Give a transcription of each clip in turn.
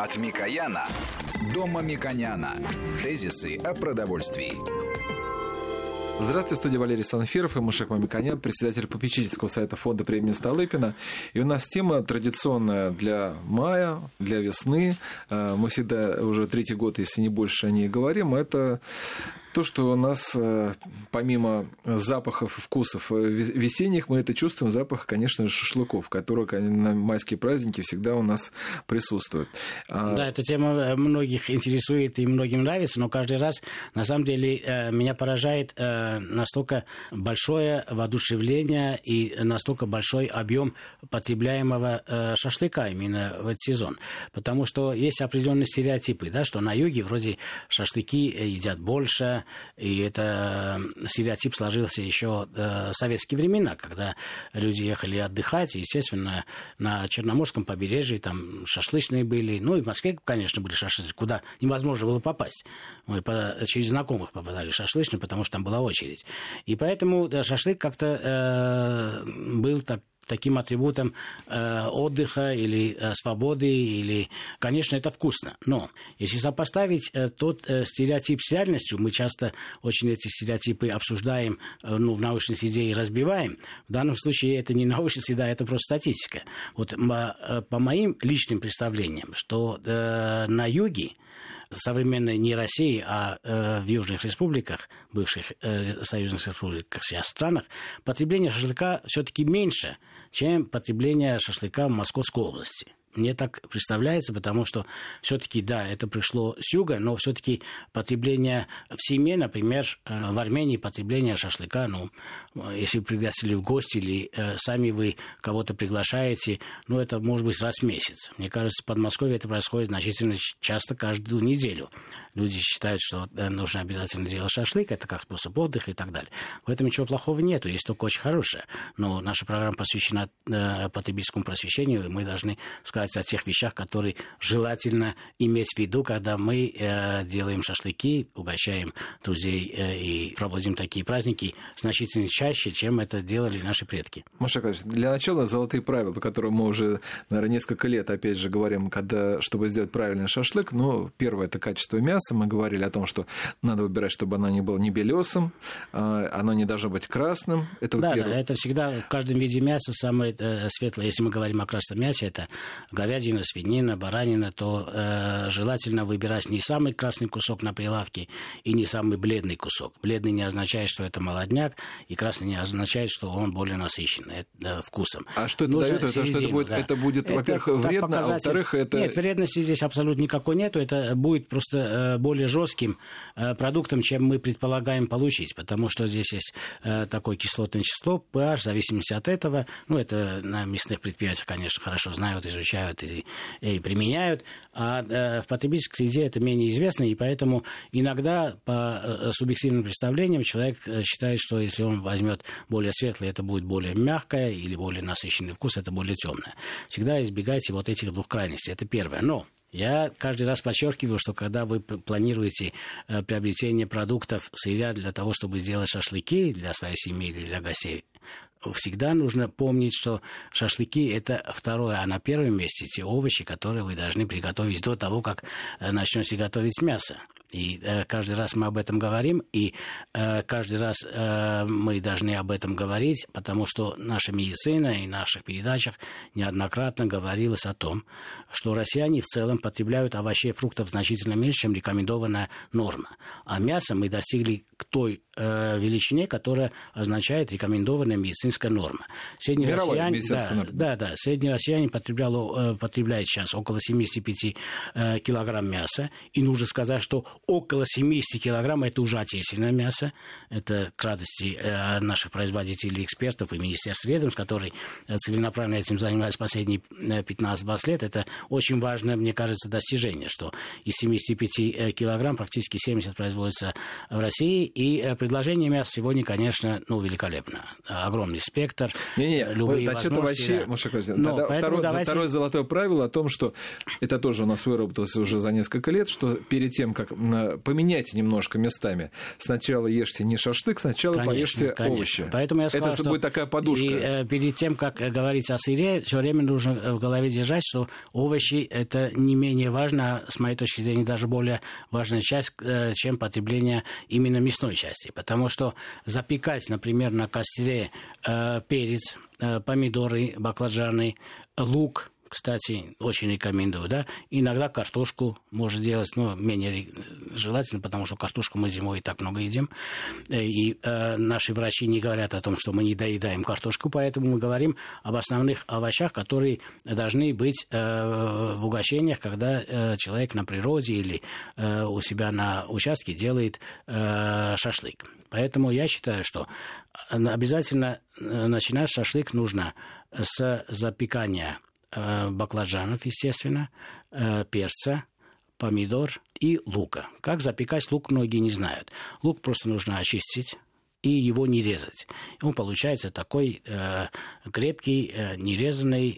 От Микояна до Мамиконяна. Тезисы о продовольствии. Здравствуйте, студия Валерий Санфиров и Мушек Мамиконян, председатель попечительского совета фонда премии Столыпина. И у нас тема традиционная для мая, для весны. Мы всегда уже третий год, если не больше, о ней говорим. Это то, что у нас, помимо запахов и вкусов весенних, мы это чувствуем, запах, конечно же, шашлыков, которые на майские праздники всегда у нас присутствуют. Да, эта тема многих интересует и многим нравится, но каждый раз, на самом деле, меня поражает настолько большое воодушевление и настолько большой объем потребляемого шашлыка именно в этот сезон. Потому что есть определенные стереотипы, да, что на юге вроде шашлыки едят больше, и это стереотип сложился еще в советские времена, когда люди ехали отдыхать, и, естественно, на Черноморском побережье там шашлычные были, ну и в Москве, конечно, были шашлычные, куда невозможно было попасть. Мы через знакомых попадали в шашлычные, потому что там была очередь. И поэтому шашлык как-то был таким атрибутом отдыха или свободы, или, конечно, это вкусно. Но если сопоставить тот стереотип с реальностью, мы часто очень эти стереотипы обсуждаем в научной среде и разбиваем. В данном случае это не научная среда, это просто статистика. Вот по моим личным представлениям, что на юге современной не России, а в южных республиках, бывших союзных республиках, сейчас странах, потребление шашлыка все-таки меньше, чем потребление шашлыка в Московской области. Мне так представляется, потому что все-таки, да, это пришло с юга, но все-таки потребление в семье, например, в Армении потребление шашлыка, если вы пригласили в гости или сами вы кого-то приглашаете, это может быть раз в месяц. Мне кажется, в Подмосковье это происходит значительно часто каждую неделю. Люди считают, что нужно обязательно делать шашлык, это как способ отдыха и так далее. В этом ничего плохого нету, есть только очень хорошее. Но наша программа посвящена потребительскому просвещению, и мы должны сказать о тех вещах, которые желательно иметь в виду, когда мы делаем шашлыки, угощаем друзей и проводим такие праздники значительно чаще, чем это делали наши предки. Маша Николаевна, для начала золотые правила, по которым мы уже, наверное, несколько лет, опять же, говорим, чтобы сделать правильный шашлык. Первое – это качество мяса. Мы говорили о том, что надо выбирать, чтобы оно не было не белесым, оно не должно быть красным. Это это всегда в каждом виде мяса самое светлое. Если мы говорим о красном мясе, это говядина, свинина, баранина, то желательно выбирать не самый красный кусок на прилавке и не самый бледный кусок. Бледный не означает, что это молодняк, и красный не означает, что он более насыщенный вкусом. А что это дает? Это будет, во-первых, вредно, а во-вторых, это... Нет, вредности здесь абсолютно никакой нету. Это будет просто более жестким продуктом, чем мы предполагаем получить, потому что здесь есть такое кислотное вещество, pH, в зависимости от этого. Это на мясных предприятиях, конечно, хорошо знают, изучают и применяют, а в потребительской среде это менее известно, и поэтому иногда по субъективным представлениям человек считает, что если он возьмет более светлое, это будет более мягкое, или более насыщенный вкус, это более темное. Всегда избегайте этих двух крайностей, это первое. Но я каждый раз подчеркиваю, что когда вы планируете приобретение продуктов сырья для того, чтобы сделать шашлыки для своей семьи или для гостей, всегда нужно помнить, что шашлыки – это второе, а на первом месте те овощи, которые вы должны приготовить до того, как начнете готовить мясо. И каждый раз мы об этом говорим, и каждый раз мы должны об этом говорить, потому что наша медицина и в наших передачах неоднократно говорилось о том, что россияне в целом потребляют овощей и фруктов значительно меньше, чем рекомендованная норма. А мясо мы достигли к той величине, которая означает рекомендованная медицинская норма. Средний россиянин потребляет сейчас около 75 килограмм мяса, и нужно сказать, что около 70 килограмм – это уже отечественное мясо. Это к радости наших производителей, экспертов и министерств ведомств, которые целенаправленно этим занимались последние 15-20 лет. Это очень важное, мне кажется, достижение, что из 75 килограмм практически 70 производится в России, и предложение мяса сегодня, конечно, великолепно. Огромный спектр. Любые возможности. Второе золотое правило о том, что это тоже у нас выработалось уже за несколько лет, что перед тем, как поменяйте немножко местами, сначала ешьте не шашлык, сначала поешьте овощи. Поэтому я сказал, это будет такая подушка. И перед тем, как говорить о сыре, все время нужно в голове держать, что овощи – это не менее важно, с моей точки зрения, даже более важная часть, чем потребление именно мясной части. Потому что запекать, например, на костре перец, помидоры, баклажаны, лук, кстати, очень рекомендую, да. Иногда картошку можно делать, но менее желательно, потому что картошку мы зимой и так много едим. И наши врачи не говорят о том, что мы не доедаем картошку, поэтому мы говорим об основных овощах, которые должны быть в угощениях, когда человек на природе или у себя на участке делает шашлык. Поэтому я считаю, что обязательно начинать шашлык нужно с запекания баклажанов, естественно, перца, помидор и лука. Как запекать лук, многие не знают. Лук просто нужно очистить и его не резать. Он получается такой крепкий, нерезанный,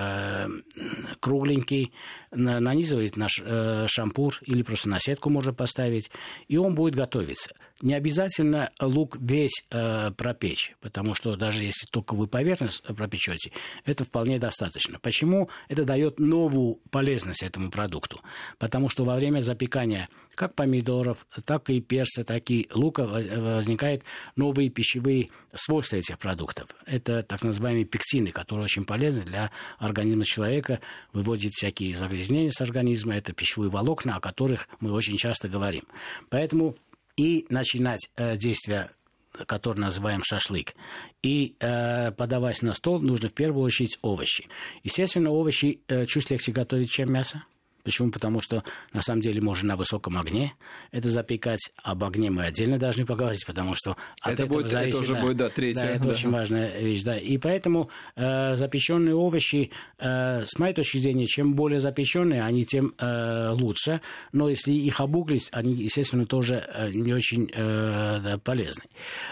кругленький. Нанизывает наш шампур или просто на сетку можно поставить, и он будет готовиться. Не обязательно лук весь пропечь, потому что даже если только вы поверхность пропечете, это вполне достаточно. Почему? Это дает новую полезность этому продукту. Потому что во время запекания как помидоров, так и перца, так и лука возникают новые пищевые свойства этих продуктов. Это так называемые пектины, которые очень полезны для организма человека, выводят всякие загрязнения с организма, это пищевые волокна, о которых мы очень часто говорим. Поэтому и начинать действия, которые называем шашлык, и подавать на стол нужно в первую очередь овощи. Естественно, овощи чуть легче готовить, чем мясо. Почему? Потому что, на самом деле, можно на высоком огне это запекать. Об огне мы отдельно должны поговорить, потому что от этого зависит... Это уже будет, третья. Да, это очень важная вещь, да. И поэтому запеченные овощи, с моей точки зрения, чем более запеченные, они тем лучше. Но если их обуглить, они, естественно, тоже не очень полезны.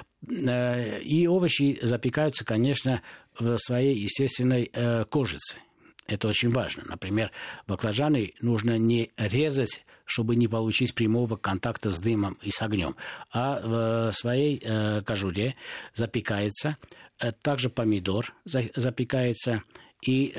И овощи запекаются, конечно, в своей естественной кожице. Это очень важно. Например, баклажаны нужно не резать, чтобы не получить прямого контакта с дымом и с огнем, а в своей кожуре запекается. Также помидор запекается. И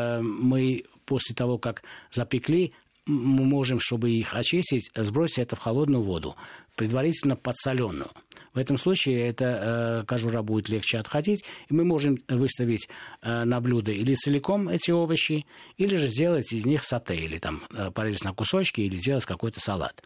мы после того, как запекли, мы можем, чтобы их очистить, сбросить это в холодную воду, предварительно подсоленную. В этом случае эта кожура будет легче отходить, и мы можем выставить на блюдо или целиком эти овощи, или же сделать из них сате, или там порезать на кусочки, или сделать какой-то салат.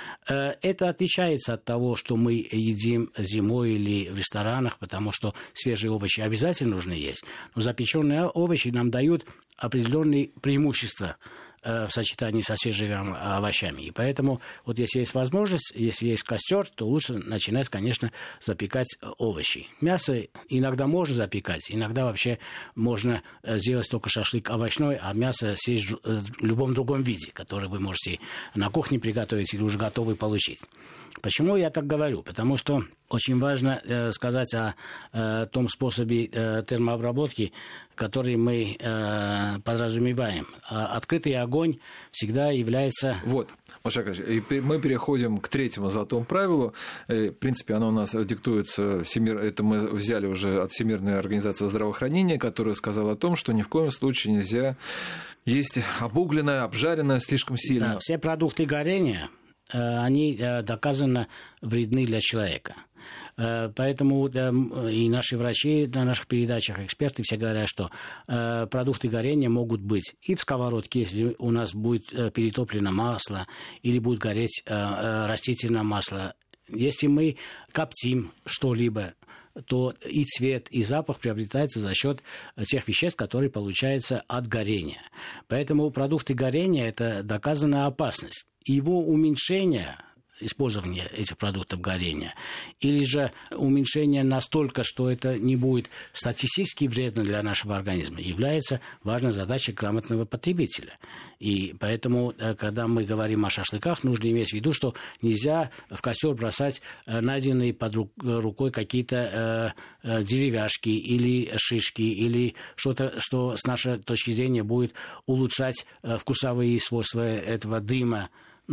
Это отличается от того, что мы едим зимой или в ресторанах, потому что свежие овощи обязательно нужно есть. Но запеченные овощи нам дают определенные преимущества в сочетании со свежими овощами. И поэтому, вот если есть возможность, если есть костер, то лучше начинать, конечно, запекать овощи. Мясо иногда можно запекать, иногда вообще можно сделать только шашлык овощной, а мясо съесть в любом другом виде, который вы можете на кухне приготовить или уже готовый получить. Почему я так говорю? Потому что очень важно сказать о том способе термообработки, который мы подразумеваем. Открытый огонь всегда является... Вот, Маша Акадьевич, мы переходим к третьему золотому правилу. В принципе, оно у нас диктуется, это мы взяли уже от Всемирной организации здравоохранения, которая сказала о том, что ни в коем случае нельзя есть обугленное, обжаренное слишком сильно. Да, все продукты горения, они доказанно вредны для человека. Поэтому и наши врачи на наших передачах, эксперты все говорят, что продукты горения могут быть и в сковородке, если у нас будет перетоплено масло или будет гореть растительное масло. Если мы коптим что-либо, то и цвет, и запах приобретается за счет тех веществ, которые получаются от горения. Поэтому продукты горения – это доказанная опасность. Его уменьшение использования этих продуктов горения, или же уменьшение настолько, что это не будет статистически вредно для нашего организма, является важной задачей грамотного потребителя. И поэтому, когда мы говорим о шашлыках, нужно иметь в виду, что нельзя в костер бросать найденные под рукой какие-то деревяшки или шишки, или что-то, что с нашей точки зрения будет улучшать вкусовые свойства этого дыма,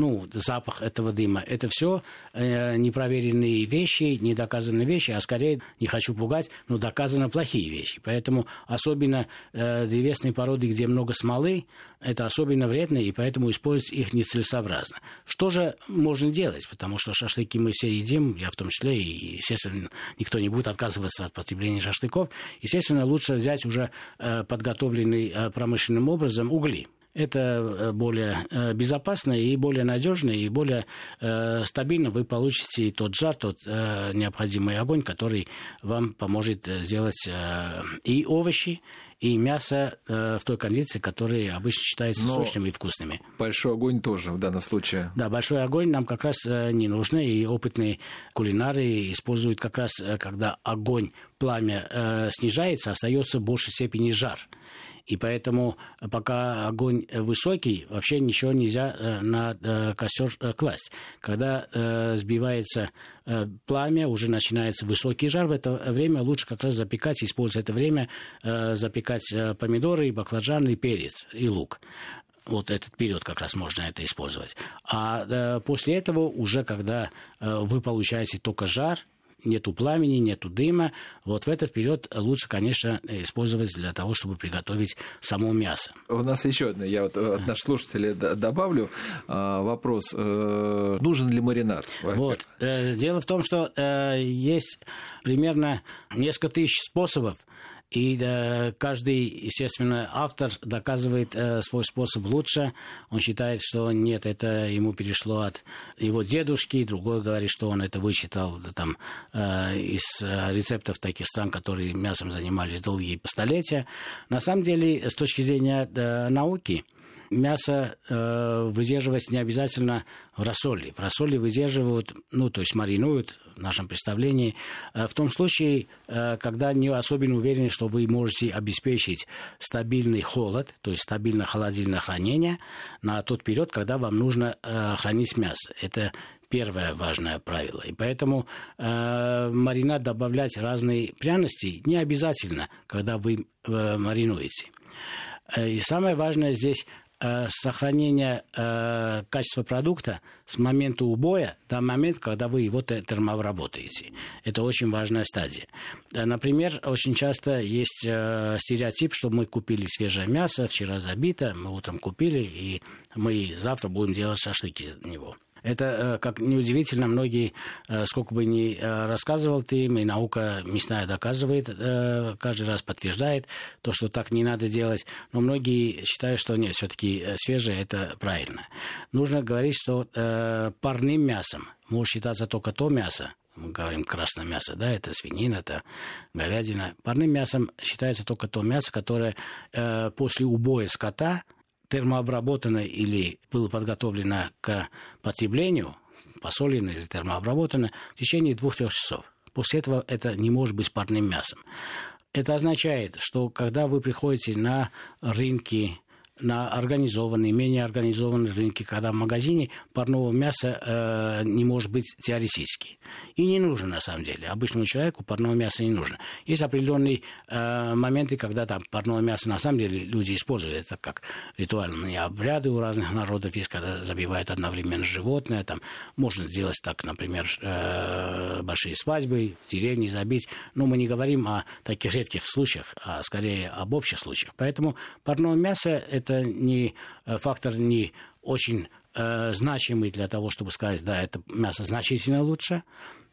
запах этого дыма. Это все непроверенные вещи, недоказанные вещи, а скорее, не хочу пугать, но доказано плохие вещи. Поэтому особенно древесные породы, где много смолы, это особенно вредно, и поэтому использовать их нецелесообразно. Что же можно делать? Потому что шашлыки мы все едим, я в том числе, и, естественно, никто не будет отказываться от потребления шашлыков. Естественно, лучше взять уже подготовленный промышленным образом угли. Это более безопасно и более надежно, и более стабильно вы получите тот жар, тот необходимый огонь, который вам поможет сделать и овощи, и мясо в той кондиции, которые обычно считаются сочными и вкусными. Большой огонь тоже в данном случае. Да, большой огонь нам как раз не нужно, и опытные кулинары используют как раз, когда огонь, пламя снижается, остается в большей степени жар. И поэтому, пока огонь высокий, вообще ничего нельзя на костер класть. Когда сбивается пламя, уже начинается высокий жар, в это время лучше как раз запекать, использовать это время, запекать помидоры, баклажаны, перец и лук. Вот этот период как раз можно это использовать. А после этого уже, когда вы получаете только жар, нету пламени, нету дыма, вот в этот период лучше, конечно, использовать для того, чтобы приготовить само мясо. У нас еще одно, я вот от наших слушателей добавлю вопрос. Нужен ли маринад? Вот. Дело в том, что есть примерно несколько тысяч способов, и каждый, естественно, автор доказывает свой способ лучше. Он считает, что нет, это ему перешло от его дедушки. Другой говорит, что он это вычитал там, из рецептов таких стран, которые мясом занимались долгие столетия. На самом деле, с точки зрения науки, мясо выдерживать не обязательно в рассоле. В рассоле выдерживают, то есть маринуют в нашем представлении, в том случае, когда не особенно уверены, что вы можете обеспечить стабильный холод, то есть стабильное холодильное хранение на тот период, когда вам нужно хранить мясо. Это первое важное правило. И поэтому маринад добавлять разные пряности не обязательно, когда вы маринуете. И самое важное здесь сохранение качества продукта с момента убоя до момента, когда вы его термообработаете. Это очень важная стадия. Например, очень часто есть стереотип, что мы купили свежее мясо, вчера забито, мы утром купили, и мы завтра будем делать шашлыки из него. Это, как неудивительно, многие, сколько бы ни рассказывал ты им, и наука мясная доказывает, каждый раз подтверждает то, что так не надо делать. Но многие считают, что нет, все-таки свежее – это правильно. Нужно говорить, что парным мясом может считаться только то мясо, мы говорим красное мясо, да, это свинина, это говядина. Парным мясом считается только то мясо, которое после убоя скота термообработано или было подготовлено к потреблению, посолено или термообработано в течение 2-3 часов. После этого это не может быть парным мясом. Это означает, что когда вы приходите на рынки, на организованные, менее организованные рынки, когда в магазине парного мяса не может быть теоретически. И не нужно, на самом деле. Обычному человеку парного мяса не нужно. Есть определенные моменты, когда там парное мясо на самом деле люди используют. Это как ритуальные обряды у разных народов есть, когда забивают одновременно животное. Там можно сделать так, например, большие свадьбы, в деревне забить. Но мы не говорим о таких редких случаях, а скорее об общих случаях. Поэтому парное мясо – это не фактор не очень значимый для того, чтобы сказать, да, это мясо значительно лучше.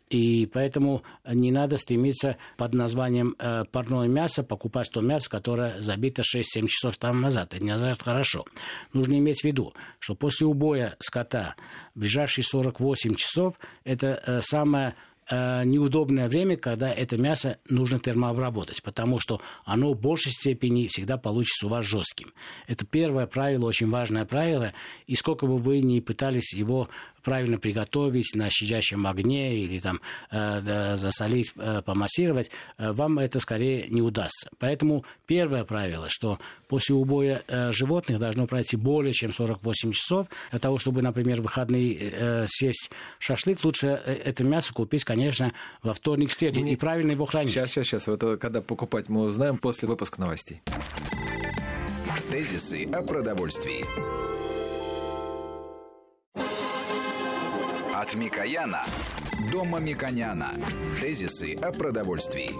И поэтому не надо стремиться под названием парное мясо покупать то мясо, которое забито 6-7 часов там назад. Это не означает хорошо. Нужно иметь в виду, что после убоя скота ближайшие 48 часов это самое неудобное время, когда это мясо нужно термообработать, потому что оно в большей степени всегда получится у вас жестким. Это первое правило, очень важное правило, и сколько бы вы ни пытались его правильно приготовить на щадящем огне или там засолить, помассировать, вам это скорее не удастся. Поэтому первое правило, что после убоя животных должно пройти более чем 48 часов. Для того, чтобы, например, в выходные съесть шашлык, лучше это мясо купить, конечно, во вторник, среду и правильно его хранить. Сейчас. Вот когда покупать, мы узнаем после выпуска новостей. Тезисы о продовольствии. От Микояна до Мамиконяна. Тезисы о продовольствии.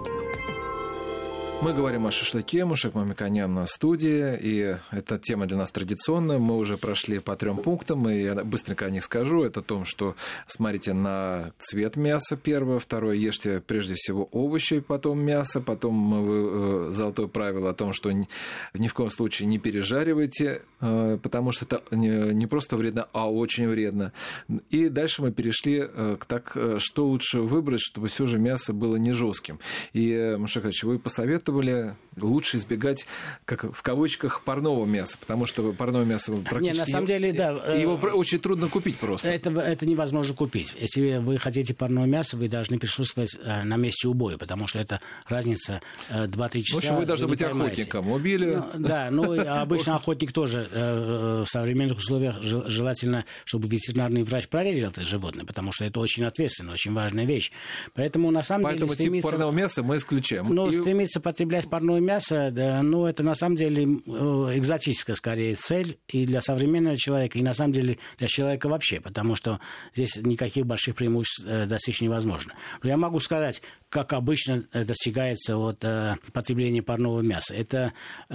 Мы говорим о шашлыке. Мушек Мамиконян на студии. И эта тема для нас традиционная. Мы уже прошли по 3 пунктам. И я быстренько о них скажу. Это о том, что смотрите на цвет мяса первое. Второе, ешьте прежде всего овощи, потом мясо. Потом золотое правило о том, что ни в коем случае не пережаривайте, потому что это не просто вредно, а очень вредно. И дальше мы перешли к так, что лучше выбрать, чтобы все же мясо было не жестким. И, Мушек Ильич, вы посоветовали лучше избегать, как в кавычках, парного мяса, потому что парное мясо практически... На самом деле, да. Его очень трудно купить просто. Это невозможно купить. Если вы хотите парное мясо, вы должны присутствовать на месте убоя, потому что это разница 2-3 часа. В общем, вы должны быть охотником. Убили... Обычно охотник тоже в современных условиях желательно, чтобы ветеринарный врач проверил это животное, потому что это очень ответственно, очень важная вещь. Поэтому, на самом деле, тип парного мяса мы исключаем. Стремиться потреблять парное мясо, это на самом деле экзотическая скорее цель и для современного человека, и на самом деле для человека вообще, потому что здесь никаких больших преимуществ достичь невозможно. Но я могу сказать, как обычно достигается потребление парного мяса. Это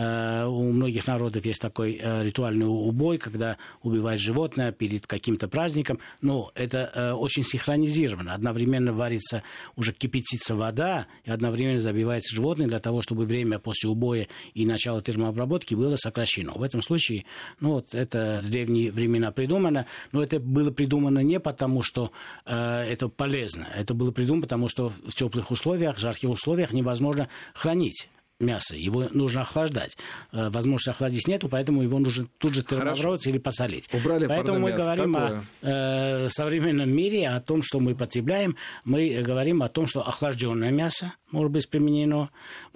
у многих народов есть такой ритуальный убой, когда убивают животное перед каким-то праздником, но это очень синхронизировано. Одновременно варится, уже кипятится вода, и одновременно забивается животное для того, чтобы время после убоя и начала термообработки было сокращено. В этом случае, это в древние времена придумано, но это было придумано не потому, что это полезно, это было придумано потому, что в теплых условиях, жарких условиях невозможно хранить мясо, его нужно охлаждать. Возможности охладить нету, поэтому его нужно тут же термообработать или посолить. Поэтому мы говорим о современном мире, о том, что мы потребляем. Мы говорим о том, что охлажденное мясо может быть применено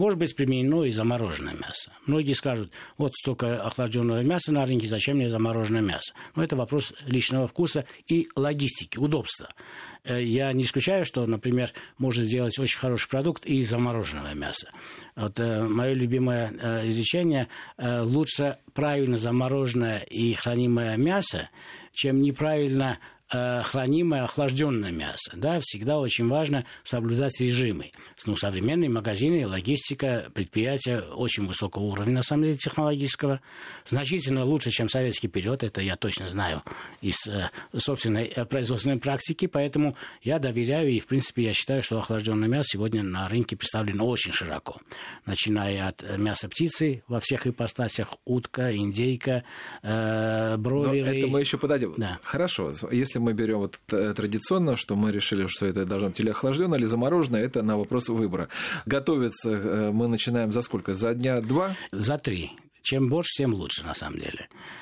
и замороженное мясо. Многие скажут, столько охлажденного мяса на рынке, зачем мне замороженное мясо? Но это вопрос личного вкуса и логистики, удобства. Я не исключаю, что, например, можно сделать очень хороший продукт и из замороженного мяса. Мое любимое изречение: лучше правильно замороженное и хранимое мясо, чем неправильно хранимое охлажденное мясо. Всегда очень важно соблюдать режимы. Современные магазины, логистика, предприятия очень высокого уровня, на самом деле, технологического. Значительно лучше, чем советский период. Это я точно знаю из собственной производственной практики. Поэтому я доверяю и, в принципе, я считаю, что охлажденное мясо сегодня на рынке представлено очень широко. Начиная от мяса птицы во всех ипостасях, утка, индейка, бройлеры. Но это мы еще подойдем. Да. Хорошо. Если мы берем традиционно, что мы решили, что это должно быть или охлажденное, или замороженное, это на вопрос выбора. Готовиться мы начинаем за сколько? За дня-два? За 3. Чем больше, тем лучше, на самом деле.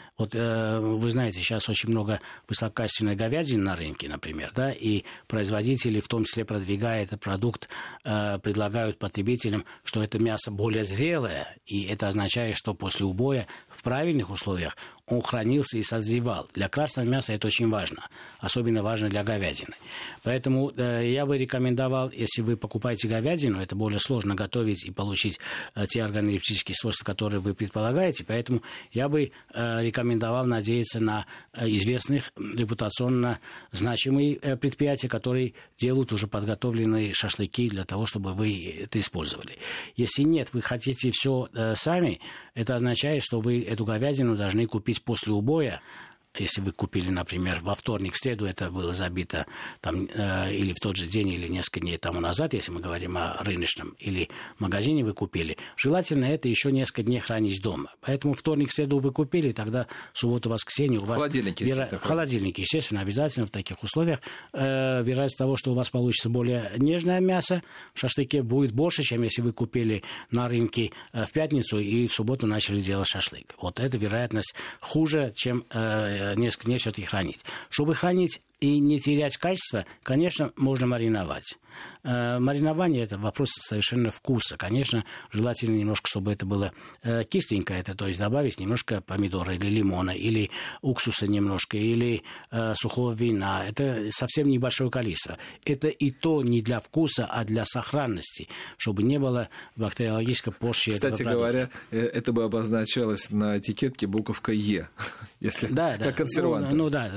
Вы знаете, сейчас очень много высококачественной говядины на рынке, например, и производители, в том числе продвигая этот продукт, предлагают потребителям, что это мясо более зрелое, и это означает, что после убоя в правильных условиях он хранился и созревал. Для красного мяса это очень важно, особенно важно для говядины. Поэтому я бы рекомендовал, если вы покупаете говядину, это более сложно готовить и получить те органолептические свойства, которые вы предполагаете, поэтому я бы рекомендовал надеяться на известных, репутационно значимые предприятия, которые делают уже подготовленные шашлыки для того, чтобы вы это использовали. Если нет, вы хотите все сами, это означает, что вы эту говядину должны купить после убоя. Если вы купили, например, во вторник, в среду, это было забито или в тот же день, или несколько дней тому назад, если мы говорим о рыночном, или в магазине вы купили, желательно это еще несколько дней хранить дома. Поэтому вторник, среду вы купили, тогда субботу, воскресенье у вас... В холодильнике, естественно, обязательно в таких условиях. Вероятность того, что у вас получится более нежное мясо в шашлыке, будет больше, чем если вы купили на рынке в пятницу и в субботу начали делать шашлык. Эта вероятность хуже, чем несколько дней все-таки хранить. Чтобы хранить и не терять качество, конечно, можно мариновать. Маринование – это вопрос совершенно вкуса. Конечно, желательно немножко, чтобы это было кисленькое, это, то есть добавить немножко помидора или лимона, или уксуса немножко, или сухого вина. Это совсем небольшое количество. Это и то не для вкуса, а для сохранности, чтобы не было бактериологической порчи этого продукта. Кстати говоря, это бы обозначалось на этикетке буковкой «Е», если как консервант.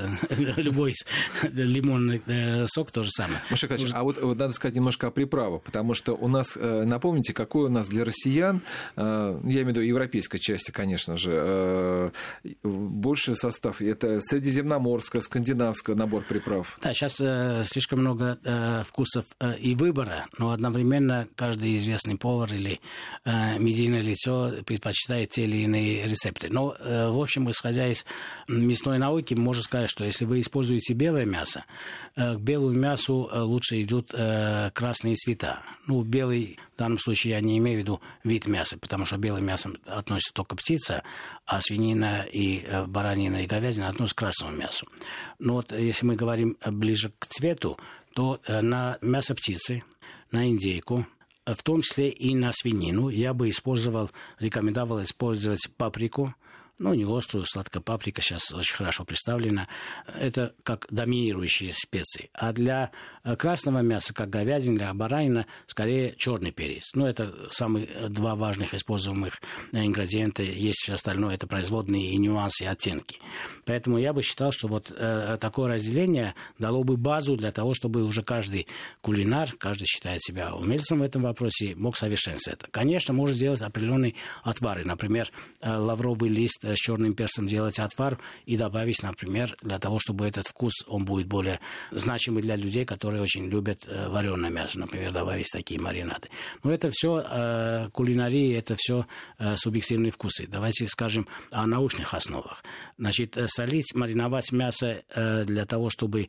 Любой лимонный сок то же самое. Маша Ильич, а вот надо сказать немножко о приправах, потому что у нас, напомните, какой у нас для россиян, я имею в виду европейской части, конечно же, больший состав, это средиземноморская, скандинавская набор приправ. Да, сейчас слишком много вкусов и выбора, но одновременно каждый известный повар или медийное лицо предпочитает те или иные рецепты. Но, в общем, исходя из мясной науки, можно сказать, что если вы используете белое мясо, к белому мясу лучше идут красные цвета. Белый, в данном случае я не имею в виду вид мяса, потому что белым мясом относится только птица, а свинина и баранина и говядина относятся к красному мясу. Но вот если мы говорим ближе к цвету, то на мясо птицы, на индейку, в том числе и на свинину, я бы рекомендовал использовать паприку. Не острую, сладкая паприка сейчас очень хорошо представлена. Это как доминирующие специи. А для красного мяса, как говядина, для баранина, скорее черный перец. Это самые два важных используемых ингредиента. Есть все остальное, это производные и нюансы, и оттенки. Поэтому я бы считал, что вот такое разделение дало бы базу для того, чтобы уже каждый кулинар, каждый считает себя умельцем в этом вопросе, мог совершенствовать это. Конечно, можно сделать определенные отвары. Например, лавровый лист с черным перцем делать отвар и добавить, например, для того, чтобы этот вкус, он будет более значимый для людей, которые очень любят вареное мясо, например, добавить такие маринады. Но это все кулинария, это все субъективные вкусы. Давайте скажем о научных основах. Значит, солить, мариновать мясо для того, чтобы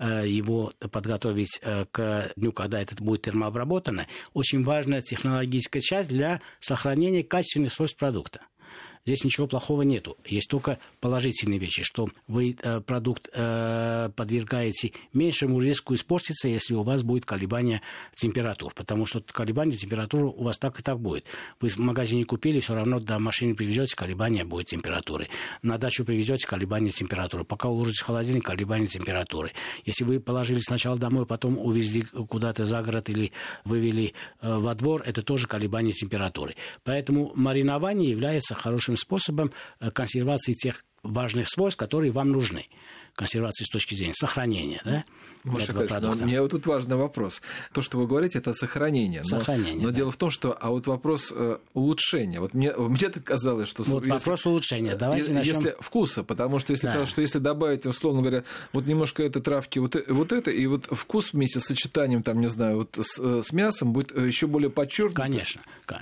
его подготовить к дню, когда это будет термообработано, очень важная технологическая часть для сохранения качественных свойств продукта. Здесь ничего плохого нету. Есть только положительные вещи, что вы продукт подвергаете меньшему риску испортиться, если у вас будет колебание температур. Потому что колебание температуры у вас так и так будет. Вы в магазине купили, все равно до машины привезете, колебание будет температуры. На дачу привезете, колебание температуры. Пока уложите в холодильник, колебание температуры. Если вы положили сначала домой, потом увезли куда-то за город или вывели во двор, это тоже колебание температуры. Поэтому маринование является хорошим способом консервации тех важных свойств, которые вам нужны. Консервации с точки зрения сохранения, да? Маша Ильич, мне вот тут важный вопрос. То, что вы говорите, это сохранение. Но дело в том, что вот вопрос улучшения. Вот мне так казалось, что... Вопрос улучшения. Давайте начнем. Если вкуса, потому что если добавить, условно говоря, вот немножко этой травки, вот это, и вот вкус вместе с сочетанием, там, не знаю, вот с мясом будет еще более подчеркнут. Конечно.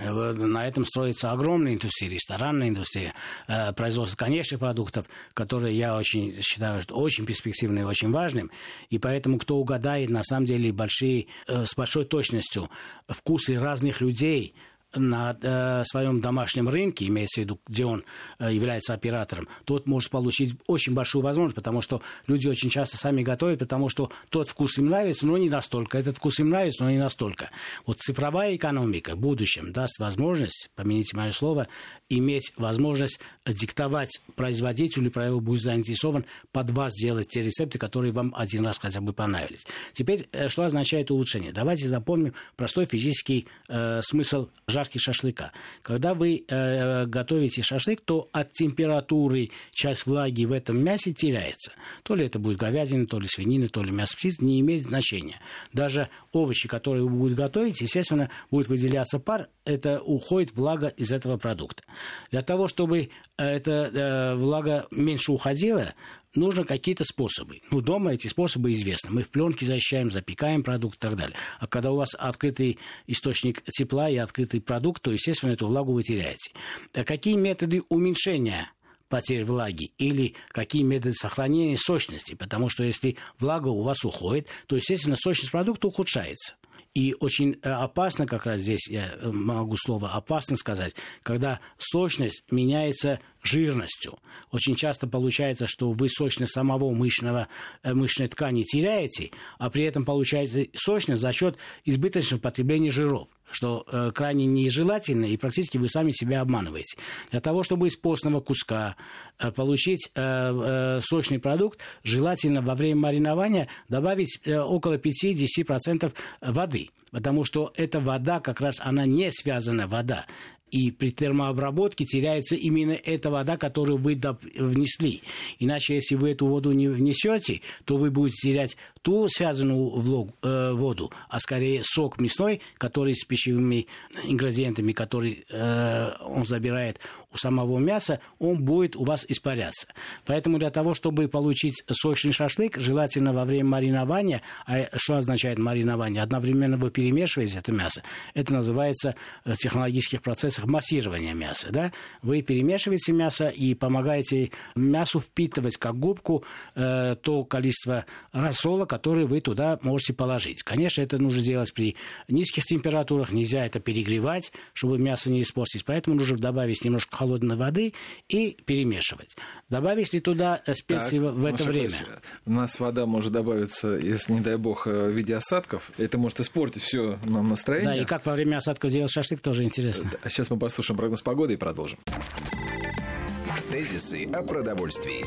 На этом строится огромная индустрия, ресторанная индустрия, производство конечных продуктов, которые я очень считаю, что очень перспективным и очень важным. И поэтому кто угадает, на самом деле, с большой точностью вкусы разных людей на своем домашнем рынке, имеется в виду, где он является оператором, тот может получить очень большую возможность, потому что люди очень часто сами готовят, потому что тот вкус им нравится, но не настолько, этот вкус им нравится, но не настолько. Вот цифровая экономика в будущем даст возможность, помяните мое слово, иметь возможность диктовать производителю, который будет заинтересован под вас делать те рецепты, которые вам один раз хотя бы понравились. Теперь, что означает улучшение? Давайте запомним простой физический смысл жарки шашлыка. Когда вы готовите шашлык, то от температуры часть влаги в этом мясе теряется. То ли это будет говядина, то ли свинина, то ли мясо птицы, не имеет значения. Даже овощи, которые вы будете готовить, естественно, будет выделяться пар, это уходит влага из этого продукта. Для того, чтобы эта влага меньше уходила, нужны какие-то способы. Дома эти способы известны. Мы в пленке защищаем, запекаем продукт и так далее. А когда у вас открытый источник тепла и открытый продукт, то, естественно, эту влагу вы теряете. Какие методы уменьшения потерь влаги или какие методы сохранения сочности? Потому что если влага у вас уходит, то, естественно, сочность продукта ухудшается. И очень опасно, как раз здесь я могу слово «опасно» сказать, когда сочность меняется жирностью. Очень часто получается, что вы сочность самого мышечной ткани теряете, а при этом получаете сочность за счет избыточного потребления жиров, что крайне нежелательно, и практически вы сами себя обманываете. Для того, чтобы из постного куска получить сочный продукт, желательно во время маринования добавить около 5-10% воды, потому что эта вода, как раз она не связана вода. И при термообработке теряется именно эта вода, которую вы внесли. Иначе, если вы эту воду не внесете, то вы будете терять ту связанную воду, а скорее сок мясной, который с пищевыми ингредиентами, который он забирает у самого мяса, он будет у вас испаряться. Поэтому для того, чтобы получить сочный шашлык, желательно во время маринования, а что означает маринование? Одновременно вы перемешиваете это мясо. Это называется в технологических процессах массирование мяса. Да? Вы перемешиваете мясо и помогаете мясу впитывать как губку то количество рассола, который вы туда можете положить. Конечно, это нужно делать при низких температурах, нельзя это перегревать, чтобы мясо не испортить. Поэтому нужно добавить немножко холодной воды и перемешивать. Добавить ли туда специи в это время? У нас вода может добавиться, если, не дай бог, в виде осадков. Это может испортить все нам настроение. Да, и как во время осадков делать шашлык, тоже интересно. А сейчас мы послушаем прогноз погоды и продолжим. Тезисы о продовольствии.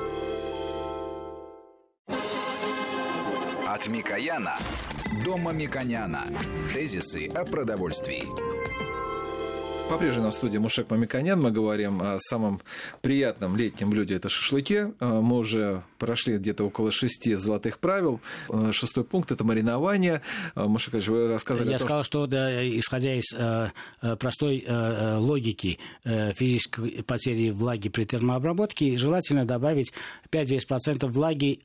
От Микояна до Мамиконяна. Тезисы о продовольствии. По-прежнему на студии Мушек Мамиконян. Мы говорим о самом приятном летнем блюде – это шашлыки. Мы уже прошли где-то около 6 золотых правил. 6-й пункт – это маринование. Мушек, вы рассказывали Я сказал, что да, исходя из простой логики физической потери влаги при термообработке, желательно добавить 5-10% влаги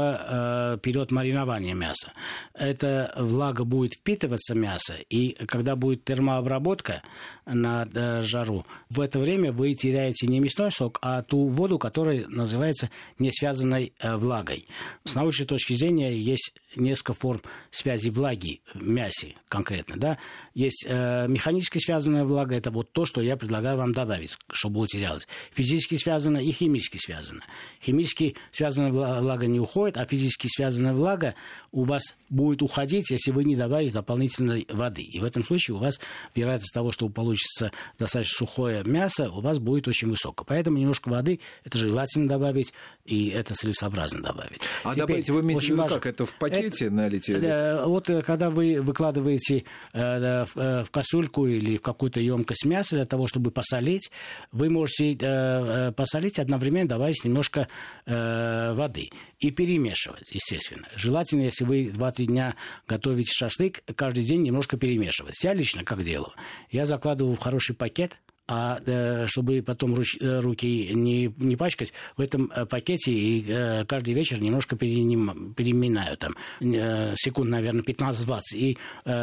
в период маринования мяса. Эта влага будет впитываться в мясо, и когда будет термообработка на жару, в это время вы теряете не мясной сок, а ту воду, которая называется несвязанной влагой. С научной точки зрения есть несколько форм связи влаги в мясе конкретно. Да? Есть механически связанная влага, это вот то, что я предлагаю вам добавить, чтобы утерялось. Физически связана и химически связана. Химически связанная влага не уходит, а физически связанная влага у вас будет уходить, если вы не добавите дополнительной воды. И в этом случае у вас вероятность того, что получится достаточно сухое мясо, у вас будет очень высокая. Поэтому немножко воды это желательно добавить, и это целесообразно добавить. А добавить вы имеете в виду как? Это в пакете налить? Вот когда вы выкладываете в кастрюльку или в какую-то емкость мяса для того, чтобы посолить, вы можете посолить, одновременно добавить немножко воды и перемешивать, естественно. Желательно, если вы 2-3 дня готовите шашлык, каждый день немножко перемешивать. Я лично как делаю? Я закладываю в хороший пакет, а чтобы потом руки не пачкать, в этом пакете и каждый вечер немножко переминаю, там, секунд, наверное, 15-20, и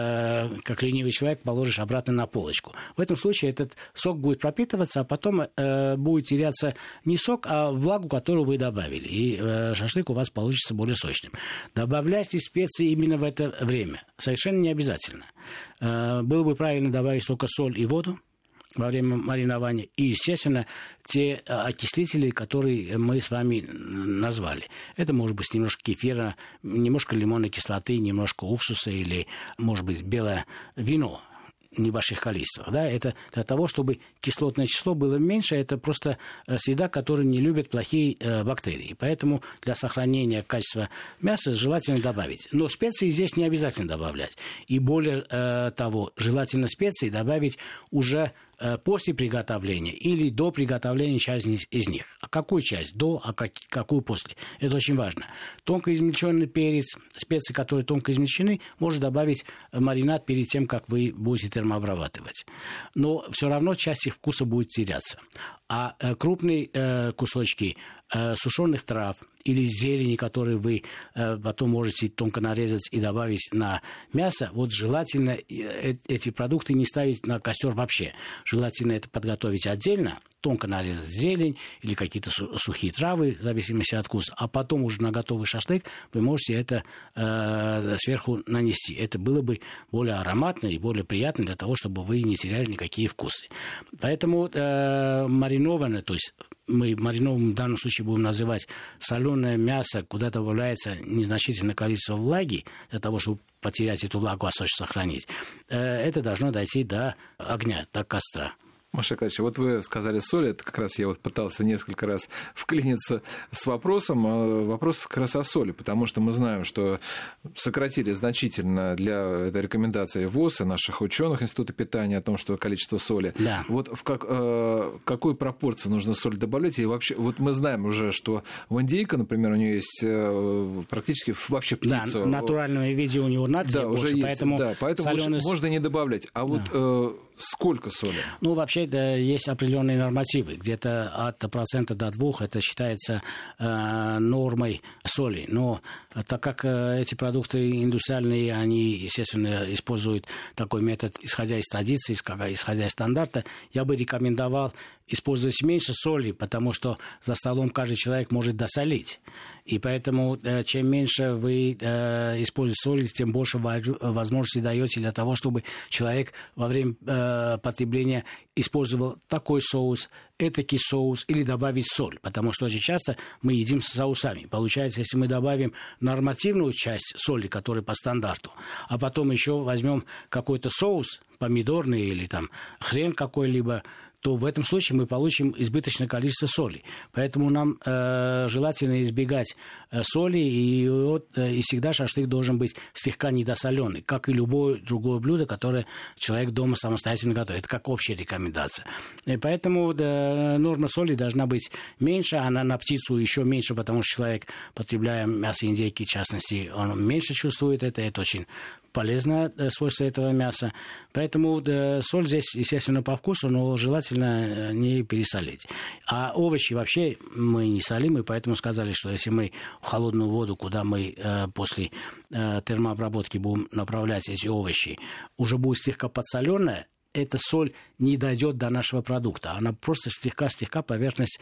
как ленивый человек положишь обратно на полочку. В этом случае этот сок будет пропитываться, а потом будет теряться не сок, а влагу, которую вы добавили, и шашлык у вас получится более сочным. Добавляйте специи именно в это время. Совершенно не обязательно. Было бы правильно добавить только соль и воду во время маринования и, естественно, те окислители, которые мы с вами назвали. Это может быть немножко кефира, немножко лимонной кислоты, немножко уксуса или, может быть, белое вино в небольших количествах. Да? Это для того, чтобы кислотное число было меньше. Это просто среда, которую не любят плохие бактерии. Поэтому для сохранения качества мяса желательно добавить. Но специи здесь не обязательно добавлять. И более того, желательно специи добавить уже после приготовления или до приготовления часть из них. А какую часть? До, а какую после? Это очень важно. Тонко измельченный перец, специи, которые тонко измельчены, можно добавить в маринад перед тем, как вы будете термообрабатывать. Но все равно часть их вкуса будет теряться. А крупные кусочки сушеных трав или зелени, которые вы потом можете тонко нарезать и добавить на мясо, вот желательно эти продукты не ставить на костер вообще. Желательно это подготовить отдельно тонко нарезать зелень или какие-то сухие травы, в зависимости от вкуса, а потом уже на готовый шашлык вы можете это сверху нанести. Это было бы более ароматно и более приятно для того, чтобы вы не теряли никакие вкусы. Поэтому маринованное, то есть мы маринованным в данном случае будем называть соленое мясо, куда добавляется незначительное количество влаги, для того, чтобы потерять эту влагу, а сочность сохранить. Это должно дойти до огня, до костра. Маша Николаевич, вот вы сказали соль, это как раз я вот пытался несколько раз вклиниться с вопросом, вопрос как раз о соли, потому что мы знаем, что сократили значительно для этой рекомендации ВОЗ и наших ученых Института питания о том, что количество соли. Да. Вот в какой пропорции нужно соль добавлять? И вообще, вот мы знаем уже, что в индейка, например, у нее есть практически вообще птица. Да, в натуральном виде у него натрия больше, уже есть, поэтому соленость... можно не добавлять. А вот сколько соли? Ну, вообще, да, есть определенные нормативы. Где-то от 1% до 2% это считается нормой соли. Но так как эти продукты индустриальные, они, естественно, используют такой метод, исходя из традиции, исходя из стандарта, я бы рекомендовал использовать меньше соли, потому что за столом каждый человек может досолить. И поэтому чем меньше вы используете соли, тем больше возможностей даете для того, чтобы человек во время потребления использовал такой соус, этакий соус или добавить соль. Потому что очень часто мы едим с соусами. Получается, если мы добавим нормативную часть соли, которая по стандарту, а потом еще возьмем какой-то соус, помидорный или там хрен какой-либо, то в этом случае мы получим избыточное количество соли. Поэтому нам желательно избегать соли, и всегда шашлык должен быть слегка недосоленый, как и любое другое блюдо, которое человек дома самостоятельно готовит. Это как общая рекомендация. И поэтому норма соли должна быть меньше, она на птицу еще меньше, потому что человек, потребляя мясо индейки, в частности, он меньше чувствует это очень полезное свойство этого мяса. Поэтому соль здесь, естественно, по вкусу, но желательно не пересолить. А овощи вообще мы не солим, и поэтому сказали, что если мы в холодную воду, куда мы после термообработки будем направлять эти овощи, уже будет слегка подсоленная, эта соль не дойдет до нашего продукта. Она просто слегка поверхность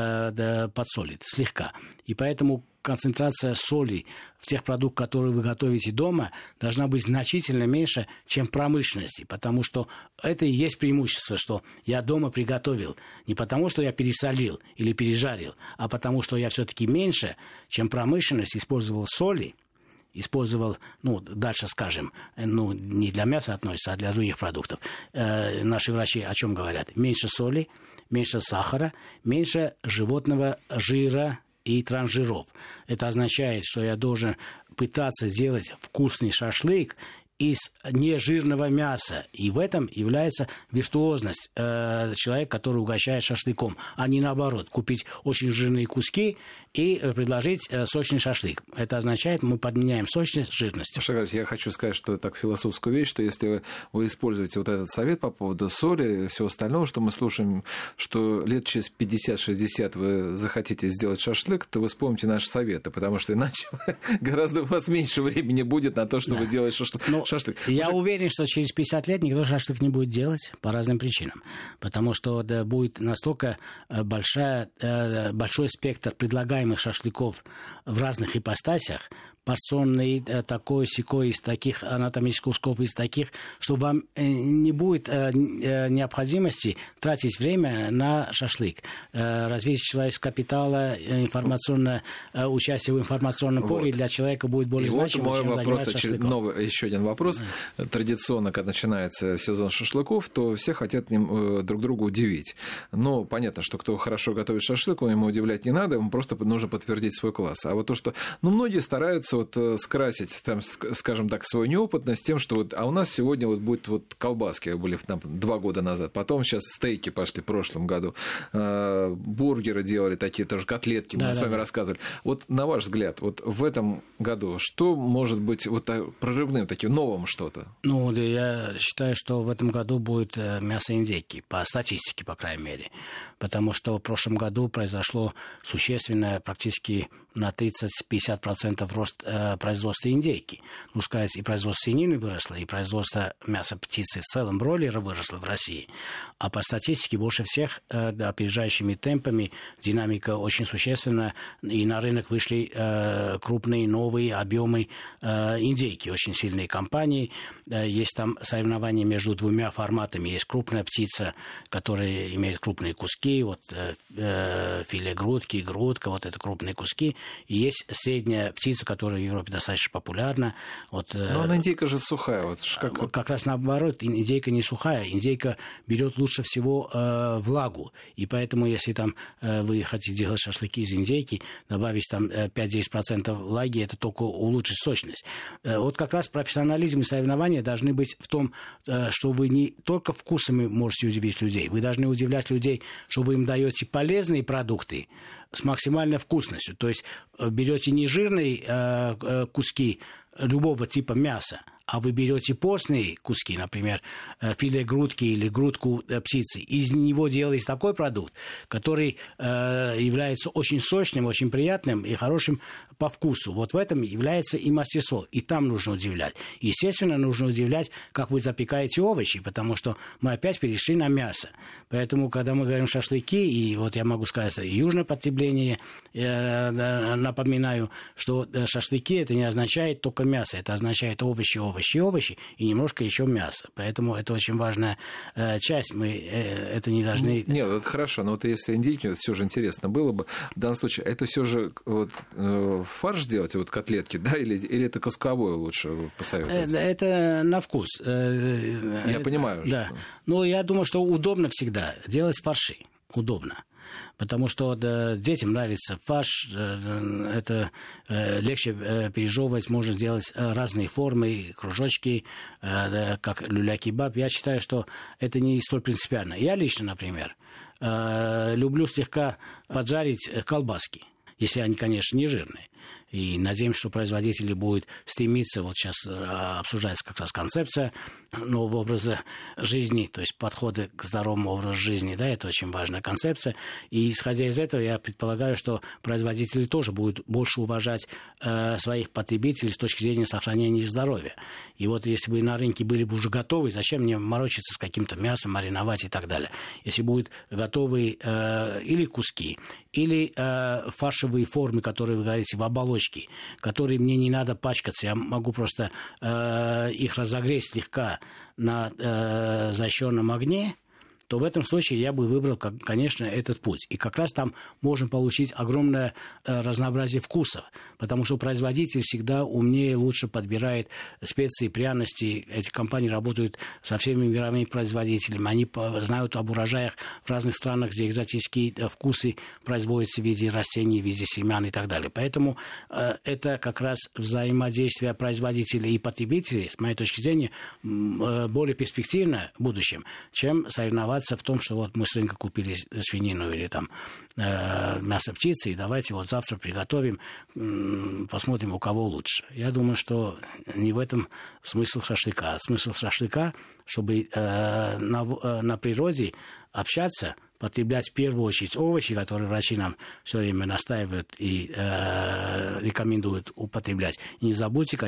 подсолит, слегка. И поэтому концентрация соли в тех продуктах, которые вы готовите дома, должна быть значительно меньше, чем в промышленности. Потому что это и есть преимущество, что я дома приготовил. Не потому, что я пересолил или пережарил, а потому, что я все-таки меньше, чем промышленность, использовал соли, использовал, дальше скажем, не для мяса относится, а для других продуктов. Наши врачи о чем говорят? Меньше соли, меньше сахара, меньше животного жира и трансжиров. Это означает, что я должен пытаться сделать вкусный шашлык из нежирного мяса. И в этом является виртуозность человека, который угощает шашлыком, а не наоборот, купить очень жирные куски и предложить сочный шашлык. Это означает, мы подменяем сочность жирностью. Я хочу сказать, что это так философскую вещь, что если вы используете вот этот совет по поводу соли и всего остального, что мы слушаем, что лет через 50-60 вы захотите сделать шашлык, то вы вспомните наши советы, потому что иначе гораздо у вас меньше времени будет на то, чтобы делать шашлык. Шашлык. Я уверен, что через 50 лет никто шашлык не будет делать по разным причинам. Потому что будет настолько большой спектр предлагаемых шашлыков в разных ипостасях, порционный, такой-сякой, из таких анатомических кусков, из таких, что вам не будет необходимости тратить время на шашлык. Развитие человеческого капитала, информационное участие в информационном поле для человека будет более значимым, чем заниматься шашлыком. Еще один вопрос. Традиционно, когда начинается сезон шашлыков, то все хотят друг друга удивить. Но понятно, что кто хорошо готовит шашлык, ему удивлять не надо, ему просто нужно подтвердить свой класс. А вот то, что многие стараются скрасить, там, скажем так, свою неопытность тем, что а у нас сегодня будет колбаски были там 2 года назад, потом сейчас стейки пошли в прошлом году, бургеры делали такие тоже, котлетки, мы с вами рассказывали. На ваш взгляд, в этом году что может быть прорывным, таким новым что-то? Я считаю, что в этом году будет мясо индейки, по статистике, по крайней мере. Потому что в прошлом году произошло существенное, практически на 30-50% рост производство индейки. Ну, сказать, и производство свинины выросло, и производство мяса птицы в целом, бройлера выросло в России. А по статистике больше всех опережающими темпами динамика очень существенна, и на рынок вышли крупные новые объемы индейки, очень сильные компании. Есть там соревнования между двумя форматами. Есть крупная птица, которая имеет крупные куски, вот филе грудки, грудка, вот это крупные куски. И есть средняя птица, которая в Европе достаточно популярна. Вот, но она индейка же сухая. Вот, как раз наоборот, индейка не сухая. Индейка берет лучше всего влагу. И поэтому, если там вы хотите делать шашлыки из индейки, добавить там 5-10% влаги, это только улучшит сочность. Вот как раз профессионализм и соревнования должны быть в том, что вы не только вкусами можете удивить людей, вы должны удивлять людей, что вы им даете полезные продукты с максимальной вкусностью. То есть берете не жирные куски любого типа мяса, а вы берете постные куски, например, филе грудки или грудку птицы, из него делаете такой продукт, который является очень сочным, очень приятным и хорошим по вкусу. Вот в этом является и мастерство, и там нужно удивлять. Естественно, нужно удивлять, как вы запекаете овощи, потому что мы опять перешли на мясо. Поэтому, когда мы говорим шашлыки, и вот я могу сказать, южное потребление, напоминаю, что шашлыки это не означает только мясо, это означает овощи, и немножко еще мяса. Поэтому это очень важная часть. Мы это не должны... Нет, это хорошо, но вот если индейки, это все же интересно было бы. В данном случае, это все же вот, фарш делать, вот котлетки, да, или это кусковое лучше посоветовать? Это на вкус. Я понимаю. Да. Что... Но я думаю, что удобно всегда делать фарши. Удобно. Потому что детям нравится фарш, это легче пережевывать, можно делать разные формы, кружочки, как люля-кебаб. Я считаю, что это не столь принципиально. Я лично, например, люблю слегка поджарить колбаски, если они, конечно, не жирные. И надеемся, что производители будут стремиться, вот сейчас обсуждается как раз концепция нового образа жизни, то есть подходы к здоровому образу жизни, да, это очень важная концепция. И исходя из этого, я предполагаю, что производители тоже будут больше уважать своих потребителей с точки зрения сохранения их здоровья. И вот если бы на рынке были бы уже готовы, зачем мне морочиться с каким-то мясом, мариновать и так далее? Если будут готовы или куски, или фаршевые формы, которые вы говорите, в оболочке, которые мне не надо пачкаться, я могу просто их разогреть слегка на защённом огне, то в этом случае я бы выбрал, конечно, этот путь. И как раз там можно получить огромное разнообразие вкусов, потому что производитель всегда умнее, лучше подбирает специи, пряности. Эти компании работают со всеми мировыми производителями. Они знают об урожаях в разных странах, где экзотические вкусы производятся в виде растений, в виде семян и так далее. Поэтому это как раз взаимодействие производителей и потребителей, с моей точки зрения, более перспективно в будущем, чем соревноваться в том, что вот мы с рынка купили свинину или там мясо птицы, и давайте вот завтра приготовим, посмотрим, у кого лучше. Я думаю, что не в этом смысл шашлыка. Смысл шашлыка, чтобы на природе общаться, потреблять в первую очередь овощи, которые врачи нам все время настаивают и рекомендуют употреблять. И не забудьте,